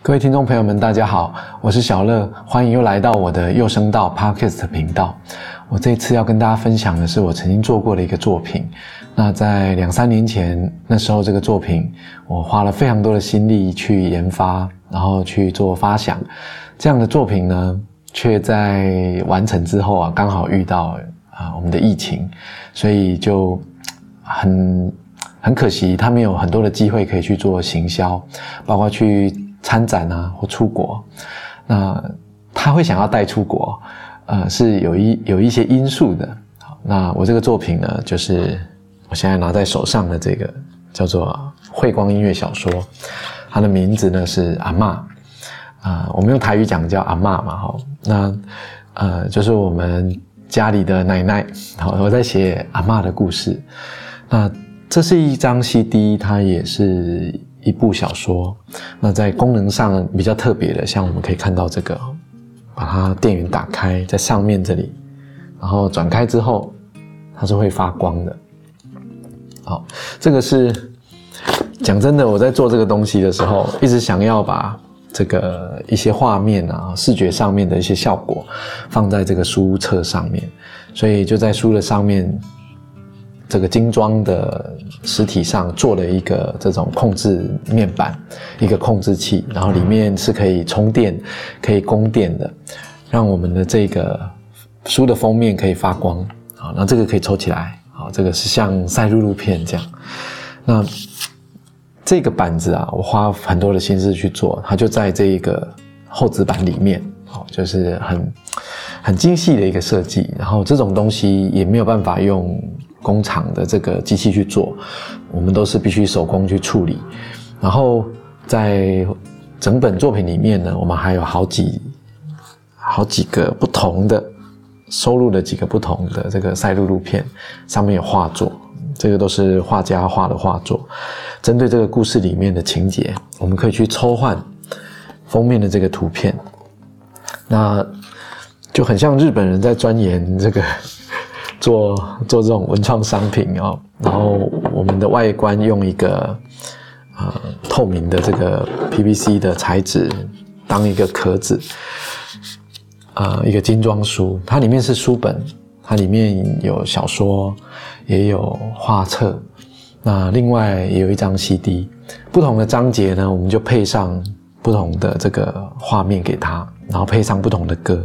各位听众朋友们大家好，我是小乐，欢迎又来到我的幼声道 Podcast 频道。我这次要跟大家分享的是我曾经做过的一个作品。那在2-3年前，那时候这个作品我花了非常多的心力去研发，然后去做发想。这样的作品呢，却在完成之后刚好遇到我们的疫情，所以就很可惜，他没有很多的机会可以去做行销，包括去参展或出国。那他会想要带出国，是有一些因素的。好，那我这个作品呢，就是我现在拿在手上的这个叫做慧光音乐小说，它的名字呢是阿嬷。我们用台语讲叫阿嬷嘛，那就是我们家里的奶奶。好，我在写阿嬷的故事。那这是一张 CD， 它也是一部小说。那在功能上比较特别的，像我们可以看到这个，把它电源打开，在上面这里，然后转开之后，它是会发光的。好，这个是讲真的，我在做这个东西的时候，一直想要把这个一些画面视觉上面的一些效果放在这个书册上面，所以就在书的上面这个精装的实体上做了一个这种控制面板，一个控制器，然后里面是可以充电可以供电的，让我们的这个书的封面可以发光。好，那这个可以抽起来，好，这个是像赛璐璐片这样。那这个板子我花很多的心思去做，它就在这一个厚纸板里面，就是很精细的一个设计。然后这种东西也没有办法用工厂的这个机器去做，我们都是必须手工去处理。然后在整本作品里面呢，我们还有好几个不同的收录了几个不同的这个赛璐璐片，上面有画作，这个都是画家画的画作。针对这个故事里面的情节，我们可以去抽换封面的这个图片，那就很像日本人在钻研这个做这种文创商品然后我们的外观用一个透明的这个 PVC 的材质当一个壳子，一个精装书，它里面是书本，它里面有小说，也有画册，那另外也有一张 CD， 不同的章节呢，我们就配上不同的这个画面给它，然后配上不同的歌。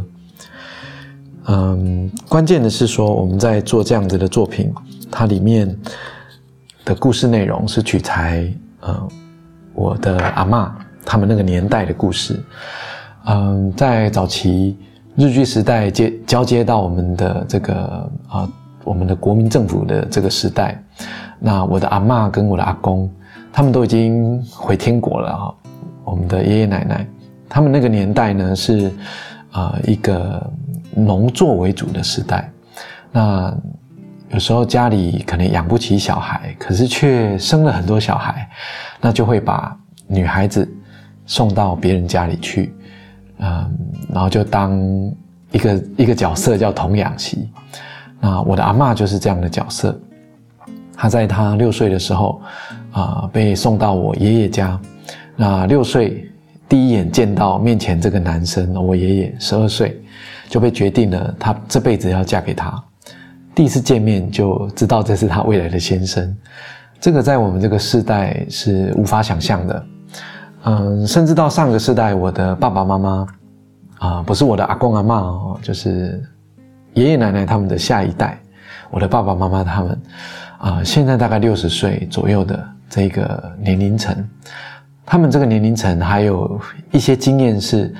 关键的是说，我们在做这样子的作品，它里面的故事内容是取材我的阿嬷他们那个年代的故事。在早期日据时代交接到我们的这个我们的国民政府的这个时代，那我的阿嬷跟我的阿公他们都已经回天国了我们的爷爷奶奶他们那个年代呢是一个农作为主的时代，那有时候家里可能养不起小孩，可是却生了很多小孩，那就会把女孩子送到别人家里去，然后就当一个角色叫童养媳。那我的阿嬷就是这样的角色，她在她6岁的时候被送到我爷爷家。那6岁第一眼见到面前这个男生，我爷爷12岁就被决定了她这辈子要嫁给他。第一次见面就知道这是她未来的先生，这个在我们这个世代是无法想象的。甚至到上个世代，我的爸爸妈妈不是我的阿公阿嬷就是爷爷奶奶他们的下一代，我的爸爸妈妈他们现在大概60岁左右的这个年龄层，他们这个年龄层还有一些经验是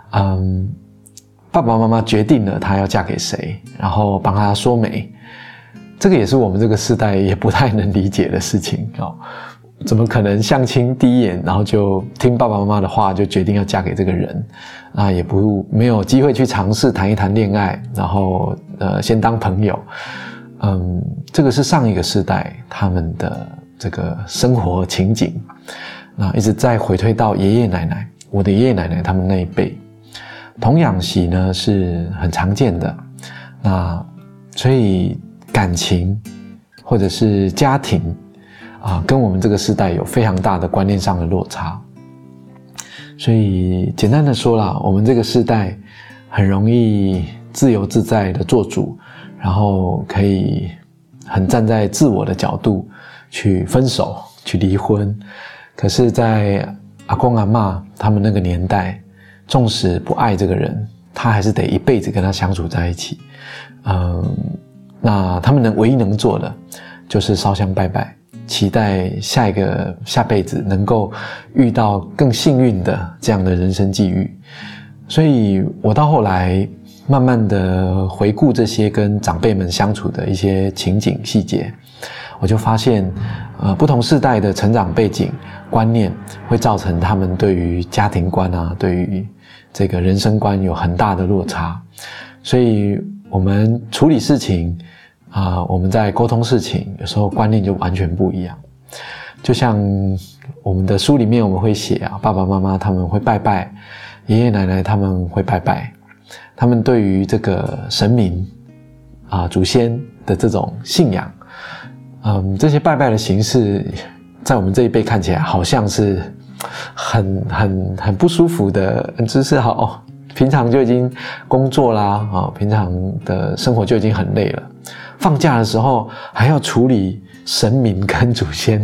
爸爸妈妈决定了他要嫁给谁，然后帮他说媒，这个也是我们这个世代也不太能理解的事情怎么可能相亲第一眼然后就听爸爸妈妈的话就决定要嫁给这个人，也没有机会去尝试谈一谈恋爱，然后先当朋友。这个是上一个世代他们的这个生活情景，那一直在回推到爷爷奶奶，我的爷爷奶奶他们那一辈。童养媳呢是很常见的，那所以感情或者是家庭跟我们这个世代有非常大的观念上的落差。 所以简单的说啦，我们这个世代很容易自由自在的做主，然后可以很站在自我的角度去分手去离婚。可是在阿公阿嬷他们那个年代，纵使不爱这个人，他还是得一辈子跟他相处在一起。那他们唯一能做的就是烧香拜拜，期待下辈子能够遇到更幸运的这样的人生际遇。所以我到后来慢慢的回顾这些跟长辈们相处的一些情景细节，我就发现不同世代的成长背景观念会造成他们对于家庭观啊，对于这个人生观有很大的落差。所以我们处理事情我们在沟通事情，有时候观念就完全不一样。就像我们的书里面我们会写爸爸妈妈他们会拜拜，爷爷奶奶他们会拜拜，他们对于这个神明祖先的这种信仰，这些拜拜的形式在我们这一辈看起来好像是很不舒服的，就是平常就已经工作啦，平常的生活就已经很累了，放假的时候还要处理神明跟祖先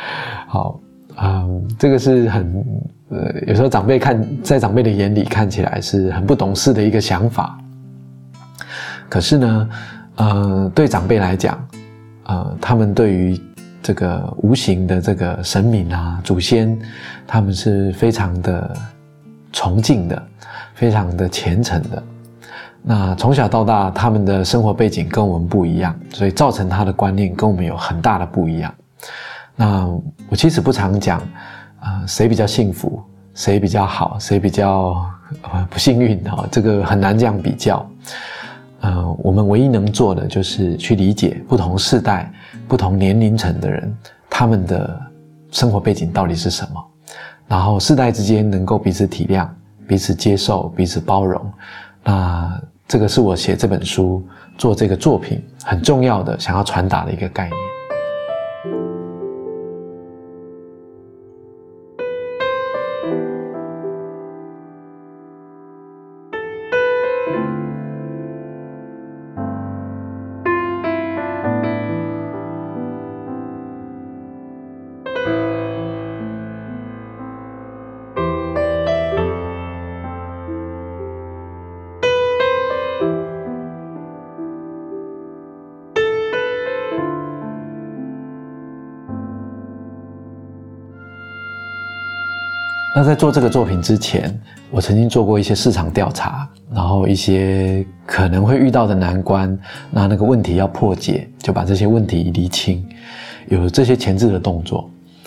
这个是有时候在长辈的眼里看起来是很不懂事的一个想法。可是呢对长辈来讲他们对于这个无形的这个神明祖先，他们是非常的崇敬的，非常的虔诚的。那从小到大他们的生活背景跟我们不一样，所以造成他的观念跟我们有很大的不一样。那我其实不常讲谁比较幸福，谁比较好，谁比较不幸运这个很难这样比较。我们唯一能做的就是去理解不同世代不同年龄层的人，他们的生活背景到底是什么，然后世代之间能够彼此体谅，彼此接受，彼此包容。那这个是我写这本书做这个作品很重要的想要传达的一个概念。那在做这个作品之前，我曾经做过一些市场调查，然后一些可能会遇到的难关，那个问题要破解，就把这些问题厘清，有这些前置的动作。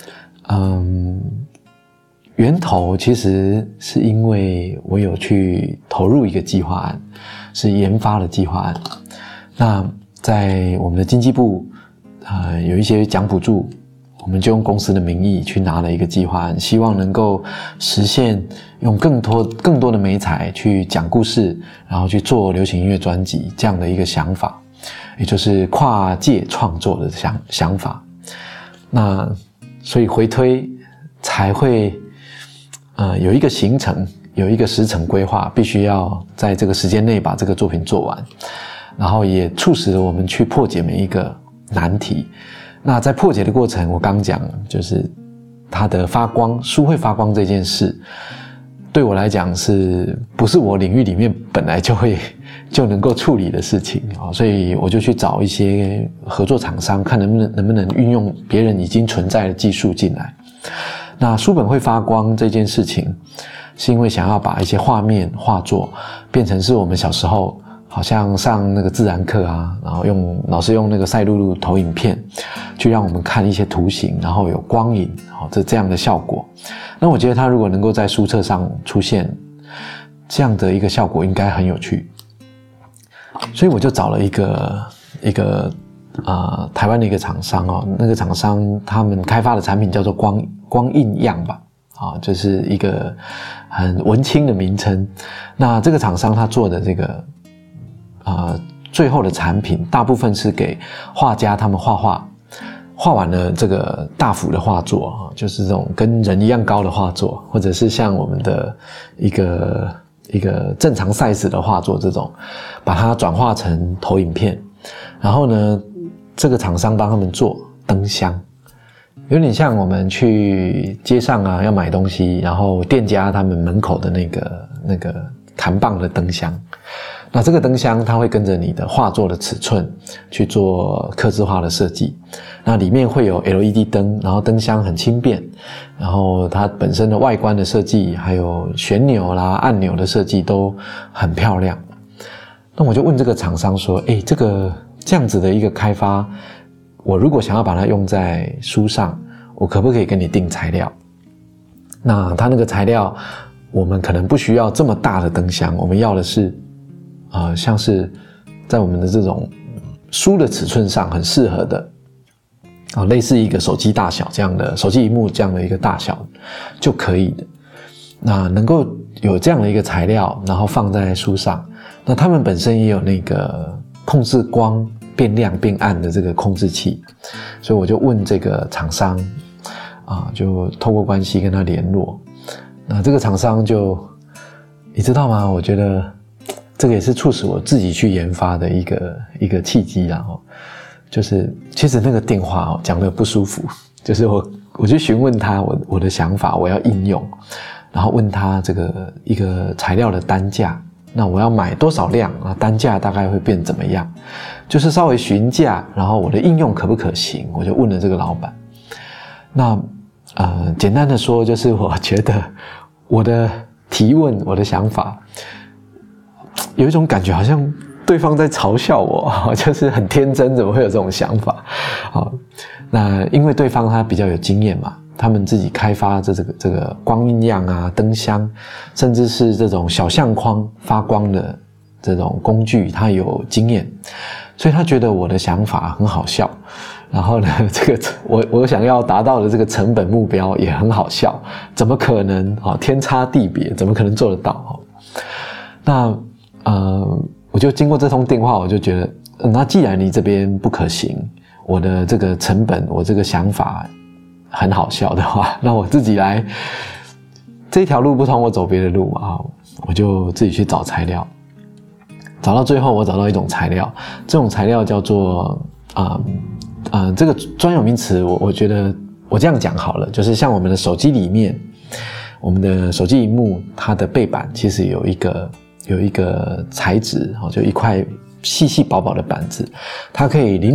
源头其实是因为我有去投入一个计划案，是研发的计划案。那在我们的经济部有一些奖补助，我们就用公司的名义去拿了一个计划案，希望能够实现用更多的媒材去讲故事，然后去做流行音乐专辑这样的一个想法，也就是跨界创作的想法。那所以回推才会有一个行程，有一个时程规划，必须要在这个时间内把这个作品做完，然后也促使了我们去破解每一个难题。那在破解的过程，我刚讲就是它的发光，书会发光这件事，对我来讲是不是我领域里面本来就能够处理的事情，所以我就去找一些合作厂商，看能不能运用别人已经存在的技术进来。那书本会发光这件事情，是因为想要把一些画面画作变成是我们小时候好像上那个自然课然后老师用那个赛璐璐投影片去让我们看一些图形，然后有光影这样的效果。那我觉得它如果能够在书册上出现这样的一个效果，应该很有趣。所以我就找了一个台湾的一个厂商那个厂商他们开发的产品叫做光印样吧，就是一个很文青的名称。那这个厂商他做的这个最后的产品大部分是给画家他们画画， 画完了这个大幅的画作，就是这种跟人一样高的画作，或者是像我们的一个正常 size 的画作这种，把它转化成投影片。然后呢，这个厂商帮他们做灯箱，有点像我们去街上要买东西，然后店家他们门口的那个扛棒的灯箱。那这个灯箱它会跟着你的画作的尺寸去做客制化的设计，那里面会有 LED 灯，然后灯箱很轻便，然后它本身的外观的设计还有旋钮啦按钮的设计都很漂亮。那我就问这个厂商说，这样子的一个开发，我如果想要把它用在书上，我可不可以跟你订材料？那它那个材料我们可能不需要这么大的灯箱，我们要的是像是在我们的这种书的尺寸上很适合的类似一个手机大小这样的手机萤幕这样的一个大小就可以的。那能够有这样的一个材料，然后放在书上，那他们本身也有那个控制光变亮变暗的这个控制器，所以我就问这个厂商就透过关系跟他联络。那这个厂商就，你知道吗？我觉得这个也是促使我自己去研发的一个契机啦。就是其实那个电话讲得不舒服，就是我去询问他我的想法，我要应用，然后问他这个一个材料的单价，那我要买多少量单价大概会变怎么样，就是稍微询价，然后我的应用可不可行，我就问了这个老板。那简单的说，就是我觉得我的提问，我的想法，有一种感觉好像对方在嘲笑我，就是很天真，怎么会有这种想法？那因为对方他比较有经验嘛，他们自己开发这个光印样灯箱，甚至是这种小相框发光的这种工具，他有经验，所以他觉得我的想法很好笑。然后呢，我想要达到的这个成本目标也很好笑，怎么可能天差地别，怎么可能做得到？那我就经过这通电话，我就觉得，那既然你这边不可行，我的这个成本，我这个想法很好笑的话，那我自己来，这条路不通，我走别的路嘛，我就自己去找材料，找到最后，我找到一种材料，这种材料叫做这个专有名词，我觉得我这样讲好了，就是像我们的手机里面，我们的手机萤幕它的背板其实有一个材质，就一块细细薄薄的板子，它可以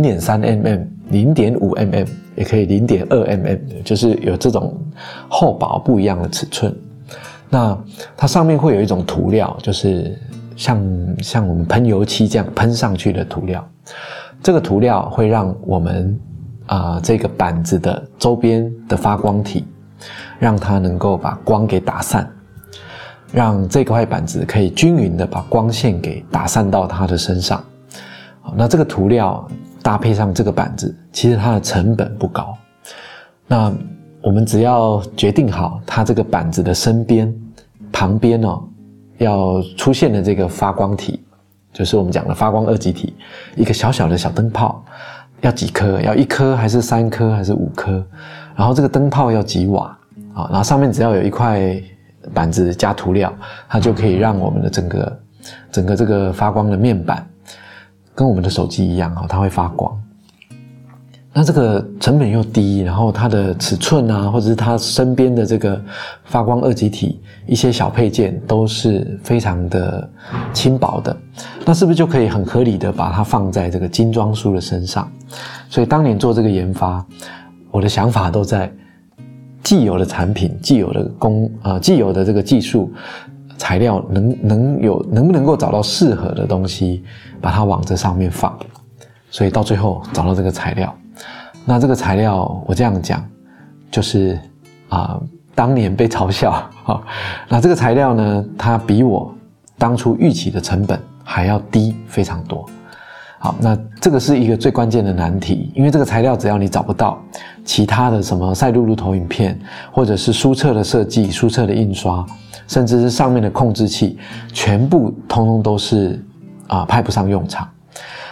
0.3mm、0.5mm 也可以 0.2mm， 就是有这种厚薄不一样的尺寸。那它上面会有一种涂料，就是像我们喷油漆这样喷上去的涂料，这个涂料会让我们这个板子的周边的发光体，让它能够把光给打散，让这块板子可以均匀的把光线给打散到它的身上。那这个涂料搭配上这个板子，其实它的成本不高。那我们只要决定好它这个板子的身边旁边要出现的这个发光体，就是我们讲的发光二极体，一个小小的小灯泡，要几颗？要1颗还是3颗还是5颗？然后这个灯泡要几瓦？然后上面只要有一块板子加涂料，它就可以让我们的整个这个发光的面板跟我们的手机一样，它会发光。那这个成本又低，然后它的尺寸或者是它身边的这个发光二极体一些小配件都是非常的轻薄的，那是不是就可以很合理的把它放在这个精装书的身上？所以当年做这个研发，我的想法都在既有的产品、既有的这个技术材料能不能够找到适合的东西，把它往这上面放。所以到最后找到这个材料。那这个材料我这样讲，就是当年被嘲笑那这个材料呢，它比我当初预期的成本还要低非常多。好，那这个是一个最关键的难题，因为这个材料只要你找不到，其他的什么赛璐璐投影片，或者是书册的设计、书册的印刷，甚至是上面的控制器，全部通通都是派不上用场。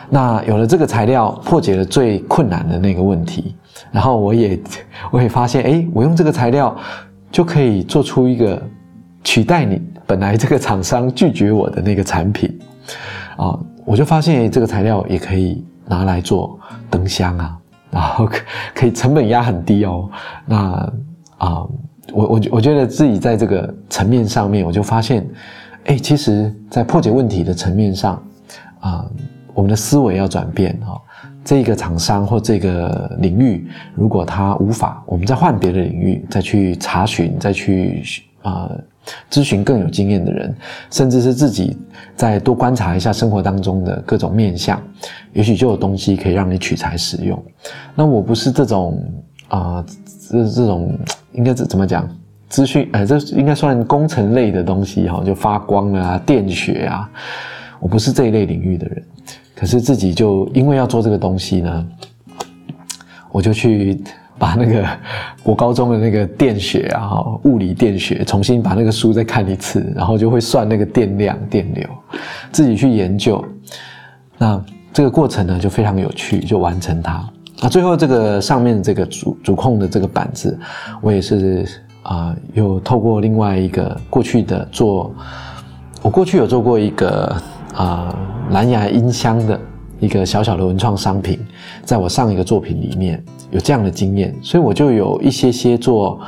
那有了这个材料，破解了最困难的那个问题，然后我也发现，我用这个材料就可以做出一个取代你本来这个厂商拒绝我的那个产品我就发现这个材料也可以拿来做灯箱啊，然后可以成本压很低那我觉得自己在这个层面上面，我就发现其实在破解问题的层面上我们的思维要转变这个厂商或这个领域，如果他无法，我们再换别的领域，再去查询，再去咨询更有经验的人，甚至是自己再多观察一下生活当中的各种面向，也许就有东西可以让你取材使用。那我不是这种这种应该怎么讲？资讯这应该算工程类的东西就发光啊、电学啊，我不是这一类领域的人。可是自己就因为要做这个东西呢，我就去把那个国高中的那个电学物理电学重新把那个书再看一次，然后就会算那个电量、电流，自己去研究。那这个过程呢就非常有趣，就完成它。那最后这个上面这个主控的这个板子，我也是又透过另外一个过去的我过去有做过一个蓝牙音箱的一个小小的文创商品，在我上一个作品里面有这样的经验，所以我就有一些做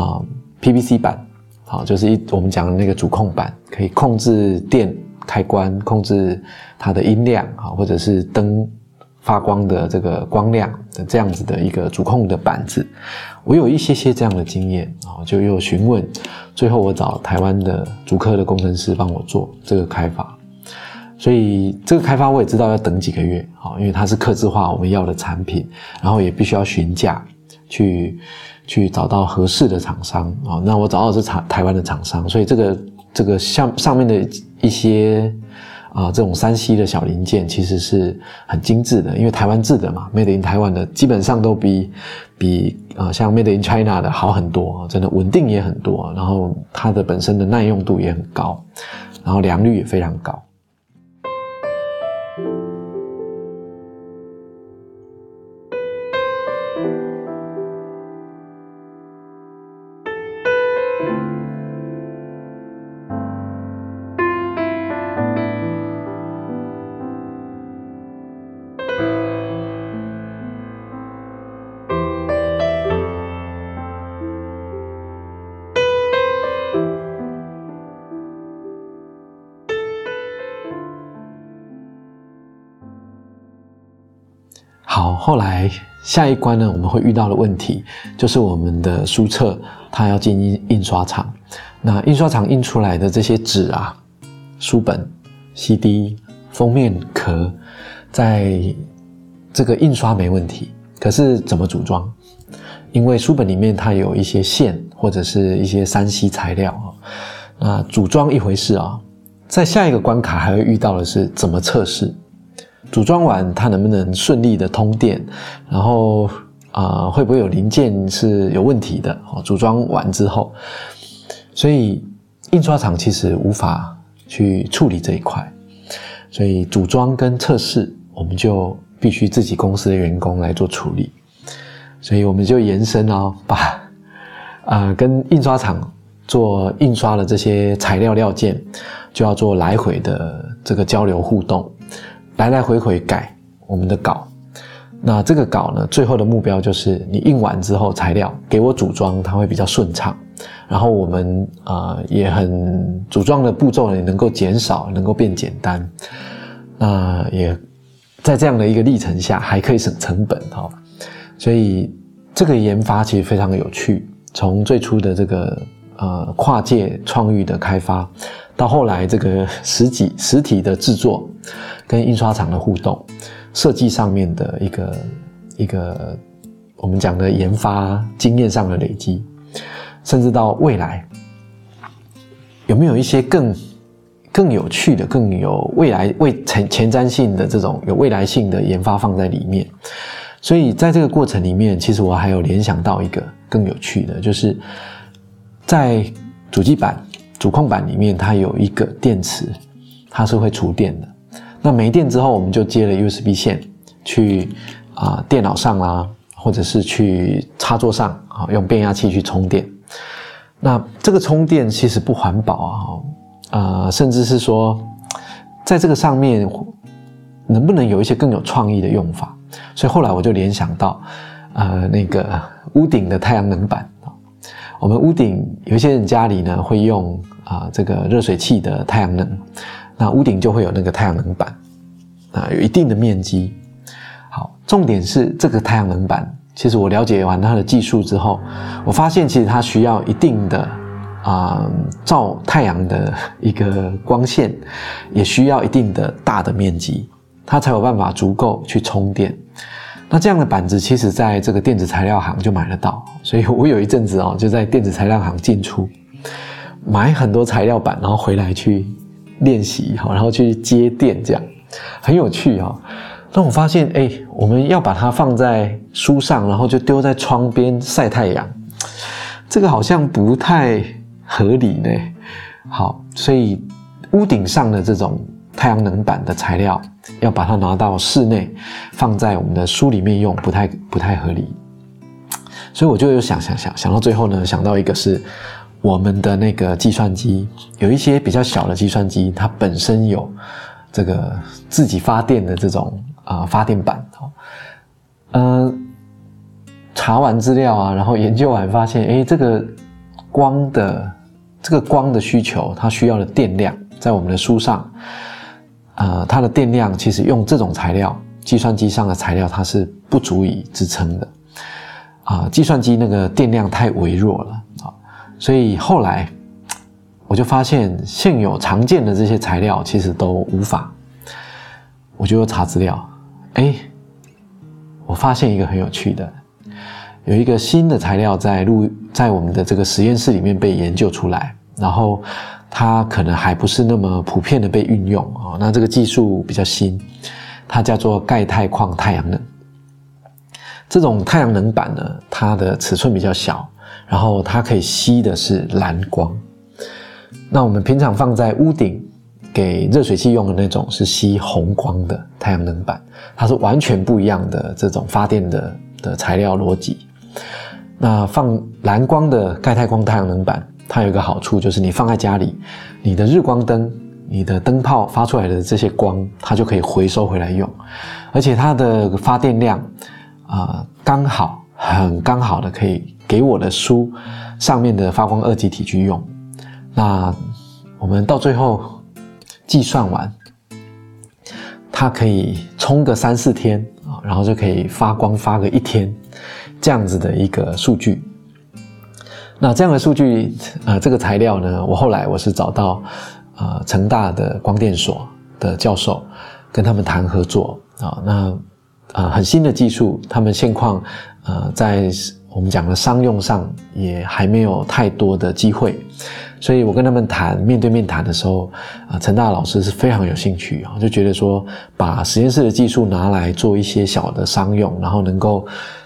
PVC 板，就是我们讲的那个主控板，可以控制电开关，控制它的音量或者是灯发光的这个光亮的这样子的一个主控的板子，我有一些这样的经验就又询问，最后我找台湾的竹科的工程师帮我做这个开发。所以这个开发我也知道要等几个月因为它是客制化我们要的产品，然后也必须要询价去找到合适的厂商那我找到的是台湾的厂商，所以这个上面的一些这种3C 的小零件其实是很精致的，因为台湾制的嘛 Made in Taiwan 的基本上都比像 Made in China 的好很多真的稳定也很多，然后它的本身的耐用度也很高，然后良率也非常高。好，后来下一关呢，我们会遇到的问题就是我们的书册它要进印刷厂，那印刷厂印出来的这些纸书本、CD、封面壳，在这个印刷没问题，可是怎么组装？因为书本里面它有一些线或者是一些3C 材料那组装一回事在下一个关卡还会遇到的是怎么测试。组装完它能不能顺利的通电，然后会不会有零件是有问题的组装完之后，所以印刷厂其实无法去处理这一块，所以组装跟测试我们就必须自己公司的员工来做处理，所以我们就延伸把跟印刷厂做印刷的这些材料料件就要做来回的这个交流互动，来来回回改我们的稿。那这个稿呢，最后的目标就是你印完之后材料给我组装，它会比较顺畅，然后我们也很组装的步骤也能够减少，能够变简单，那也在这样的一个历程下还可以省成本所以这个研发其实非常有趣，从最初的这个跨界创意的开发，到后来这个实体的制作跟印刷厂的互动，设计上面的一个我们讲的研发经验上的累积，甚至到未来有没有一些更有趣的、更有前瞻性的这种有未来性的研发放在里面。所以在这个过程里面，其实我还有联想到一个更有趣的，就是在主机板、主控板里面，它有一个电池，它是会储电的。 那没电之后，我们就接了 USB 线去电脑上啦，或者是去插座上用变压器去充电。那这个充电其实不环保甚至是说在这个上面能不能有一些更有创意的用法？所以后来我就联想到那个屋顶的太阳能板。我们屋顶有一些人家里呢会用这个热水器的太阳能，那屋顶就会有那个太阳能板有一定的面积。好，重点是这个太阳能板，其实我了解完它的技术之后，我发现其实它需要一定的照太阳的一个光线，也需要一定的大的面积，它才有办法足够去充电。那这样的板子其实在这个电子材料行就买得到，所以我有一阵子就在电子材料行进出，买很多材料板，然后回来去练习，然后去接电，这样很有趣那我发现我们要把它放在书上，然后就丢在窗边晒太阳，这个好像不太合理呢。好，所以屋顶上的这种太阳能板的材料要把它拿到室内放在我们的书里面用，不太合理。所以我就有想到最后呢，想到一个是我们的那个计算机，有一些比较小的计算机，它本身有这个自己发电的这种发电板查完资料然后研究完发现这个光的需求，它需要的电量在我们的书上它的电量其实用这种材料，计算机上的材料它是不足以支撑的计算机那个电量太微弱了所以后来我就发现现有常见的这些材料其实都无法。我就查资料我发现一个很有趣的，有一个新的材料在我们的这个实验室里面被研究出来，然后它可能还不是那么普遍的被运用那这个技术比较新，它叫做钙钛矿太阳能。这种太阳能板呢，它的尺寸比较小，然后它可以吸的是蓝光。那我们平常放在屋顶给热水器用的那种是吸红光的太阳能板，它是完全不一样的这种发电的材料逻辑。那放蓝光的钙钛矿太阳能板，它有一个好处，就是你放在家里，你的日光灯，你的灯泡发出来的这些光，它就可以回收回来用，而且它的发电量很刚好的可以给我的书上面的发光二极体去用。那我们到最后计算完，它可以充个3-4天然后就可以发光发个1天，这样子的一个数据。那这样的数据这个材料呢，后来我是找到成大的光电所的教授，跟他们谈合作那很新的技术，他们现况在我们讲的商用上也还没有太多的机会，所以我跟他们面对面谈的时候成大老师是非常有兴趣就觉得说把实验室的技术拿来做一些小的商用，然后能够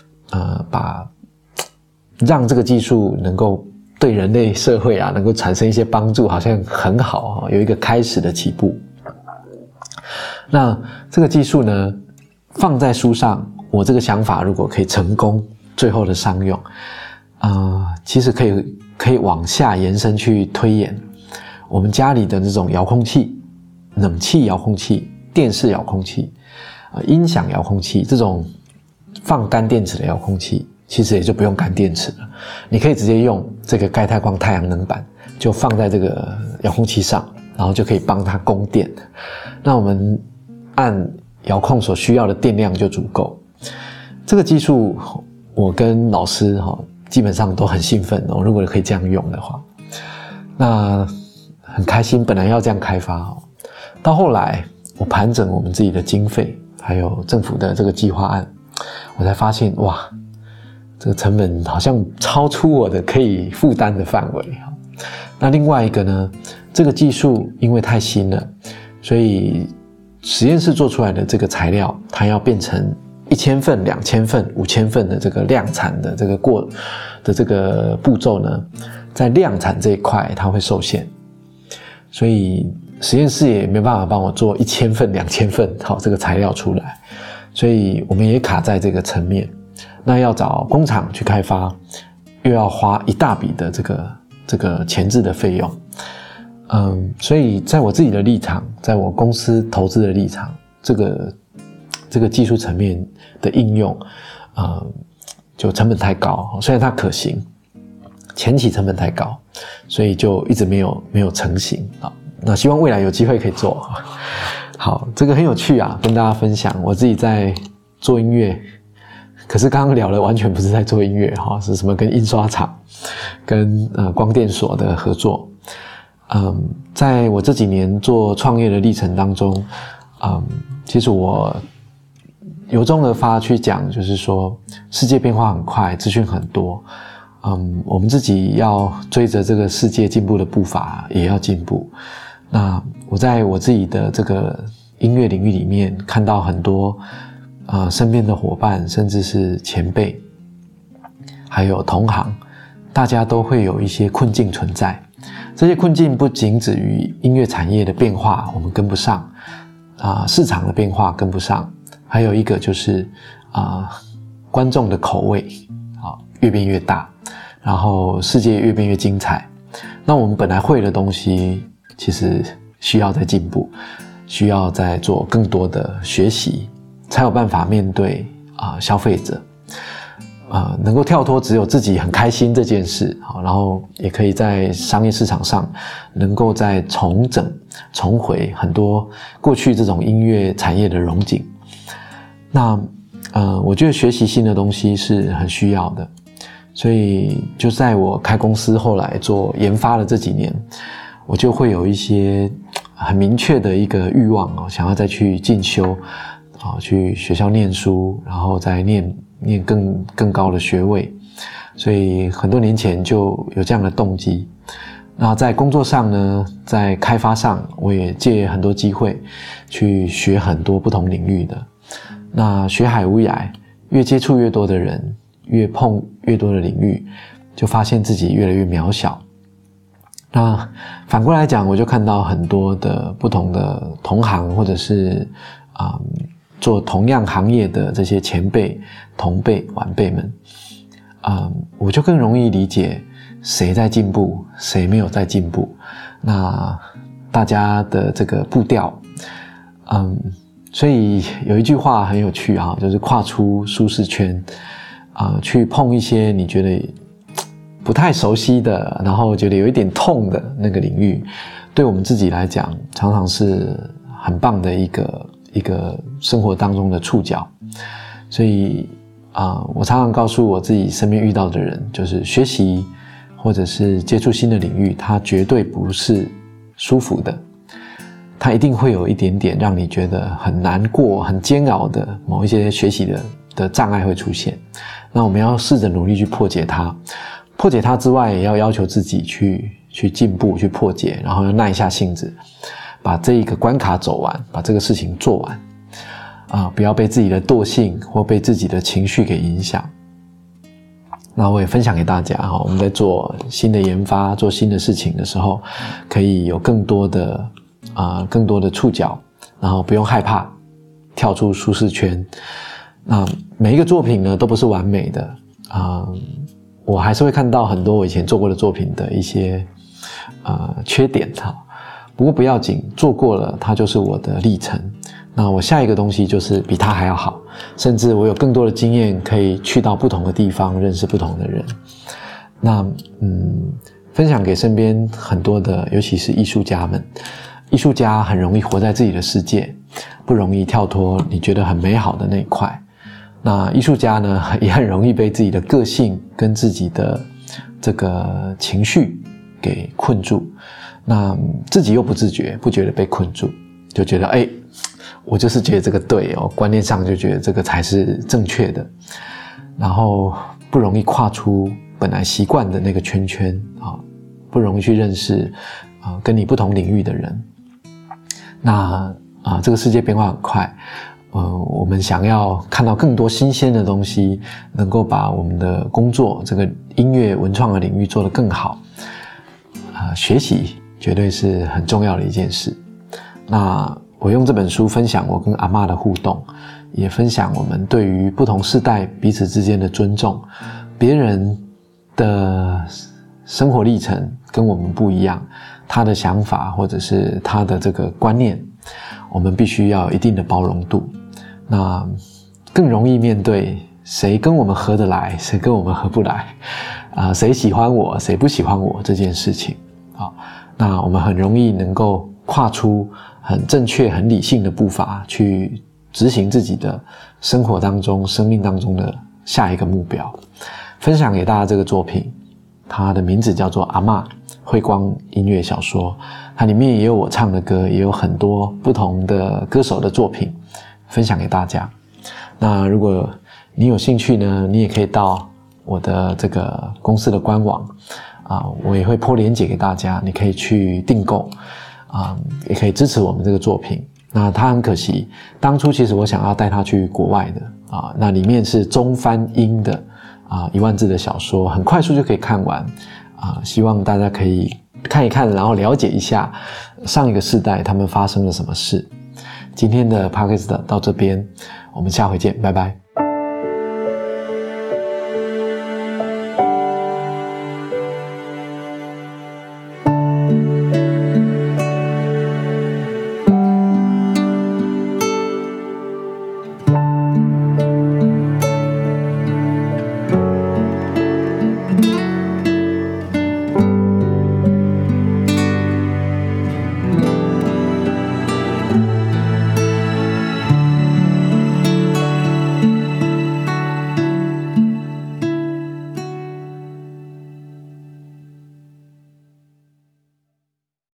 让这个技术能够对人类社会能够产生一些帮助，好像很好有一个开始的起步。那这个技术呢放在书上，我这个想法如果可以成功，最后的商用其实可以往下延伸去推演我们家里的这种遥控器、冷气遥控器、电视遥控器音响遥控器，这种放干电池的遥控器其实也就不用干电池了，你可以直接用这个钙钛矿太阳能板就放在这个遥控器上，然后就可以帮它供电，那我们按遥控所需要的电量就足够。这个技术我跟老师基本上都很兴奋如果可以这样用的话，那很开心本来要这样开发到后来我盘整我们自己的经费还有政府的这个计划案，我才发现哇，这个成本好像超出我的可以负担的范围。那另外一个呢，这个技术因为太新了，所以实验室做出来的这个材料它要变成1000份、2000份、5000份的这个量产的这个步骤呢，在量产这一块它会受限，所以实验室也没办法帮我做1000份、2000份这个材料出来，所以我们也卡在这个层面。那要找工厂去开发，又要花一大笔的这个前置的费用。所以在我自己的立场，在我公司投资的立场，这个技术层面的应用，就成本太高，虽然它可行，前期成本太高，所以就一直没有成型啊。那希望未来有机会可以做。好，这个很有趣啊，跟大家分享。我自己在做音乐，可是刚刚聊的完全不是在做音乐哈，是什么跟印刷厂、跟光电所的合作。在我这几年做创业的历程当中，其实我由衷而发去讲，就是说世界变化很快，资讯很多，我们自己要追着这个世界进步的步伐，也要进步。那我在我自己的这个音乐领域里面看到很多身边的伙伴，甚至是前辈，还有同行，大家都会有一些困境存在。这些困境不仅止于音乐产业的变化我们跟不上，市场的变化跟不上，还有一个就是观众的口味越变越大，然后世界越变越精彩。那我们本来会的东西其实需要再进步，需要再做更多的学习，才有办法面对消费者，能够跳脱只有自己很开心这件事，然后也可以在商业市场上能够再重整重回很多过去这种音乐产业的荣景。那我觉得学习新的东西是很需要的，所以就在我开公司后来做研发的这几年，我就会有一些很明确的一个欲望，想要再去进修，去学校念书，然后再念更高的学位。所以很多年前就有这样的动机。那在工作上呢，在开发上，我也借很多机会去学很多不同领域的。那学海无涯，越接触越多的人，越碰越多的领域，就发现自己越来越渺小。那反过来讲，我就看到很多的不同的同行，或者是做同样行业的这些前辈、同辈、晚辈们，我就更容易理解谁在进步，谁没有在进步。那大家的这个步调，所以有一句话很有趣就是跨出舒适圈，去碰一些你觉得不太熟悉的，然后觉得有一点痛的那个领域，对我们自己来讲，常常是很棒的一个生活当中的触角。所以我常常告诉我自己身边遇到的人，就是学习或者是接触新的领域，它绝对不是舒服的，它一定会有一点点让你觉得很难过、很煎熬的某一些学习的障碍会出现。那我们要试着努力去破解它，破解它之外，也要要求自己去进步、去破解，然后要耐下性子，把这一个关卡走完，把这个事情做完。不要被自己的惰性或被自己的情绪给影响。那我也分享给大家，我们在做新的研发、做新的事情的时候，可以有更多的触角，然后不用害怕跳出舒适圈。那每一个作品呢，都不是完美的，我还是会看到很多我以前做过的作品的一些缺点不过不要紧，做过了，它就是我的历程。那我下一个东西就是比它还要好，甚至我有更多的经验，可以去到不同的地方，认识不同的人。那分享给身边很多的，尤其是艺术家们。艺术家很容易活在自己的世界，不容易跳脱你觉得很美好的那一块。那艺术家呢，也很容易被自己的个性跟自己的这个情绪给困住。那自己又不自觉，不觉得被困住，就觉得我就是觉得这个对观念上就觉得这个才是正确的，然后不容易跨出本来习惯的那个圈圈不容易去认识跟你不同领域的人。那这个世界变化很快，我们想要看到更多新鲜的东西，能够把我们的工作这个音乐文创的领域做得更好，学习绝对是很重要的一件事。 那我用这本书分享我跟阿嬷的互动，也分享我们对于不同世代彼此之间的尊重。别人的生活历程跟我们不一样，他的想法或者是他的这个观念，我们必须要有一定的包容度，那更容易面对谁跟我们合得来，谁跟我们合不来，谁喜欢我，谁不喜欢我这件事情。那我们很容易能够跨出很正确、很理性的步伐，去执行自己的生活当中、生命当中的下一个目标。分享给大家这个作品，它的名字叫做《阿嬷》，慧光音乐小说，它里面也有我唱的歌，也有很多不同的歌手的作品分享给大家。那如果你有兴趣呢，你也可以到我的这个公司的官网我也会po连结给大家，你可以去订购也可以支持我们这个作品。那它很可惜，当初其实我想要带它去国外的那里面是中翻英的1万字的小说，很快速就可以看完希望大家可以看一看，然后了解一下上一个世代他们发生了什么事。今天的 Podcast 到这边，我们下回见，拜拜。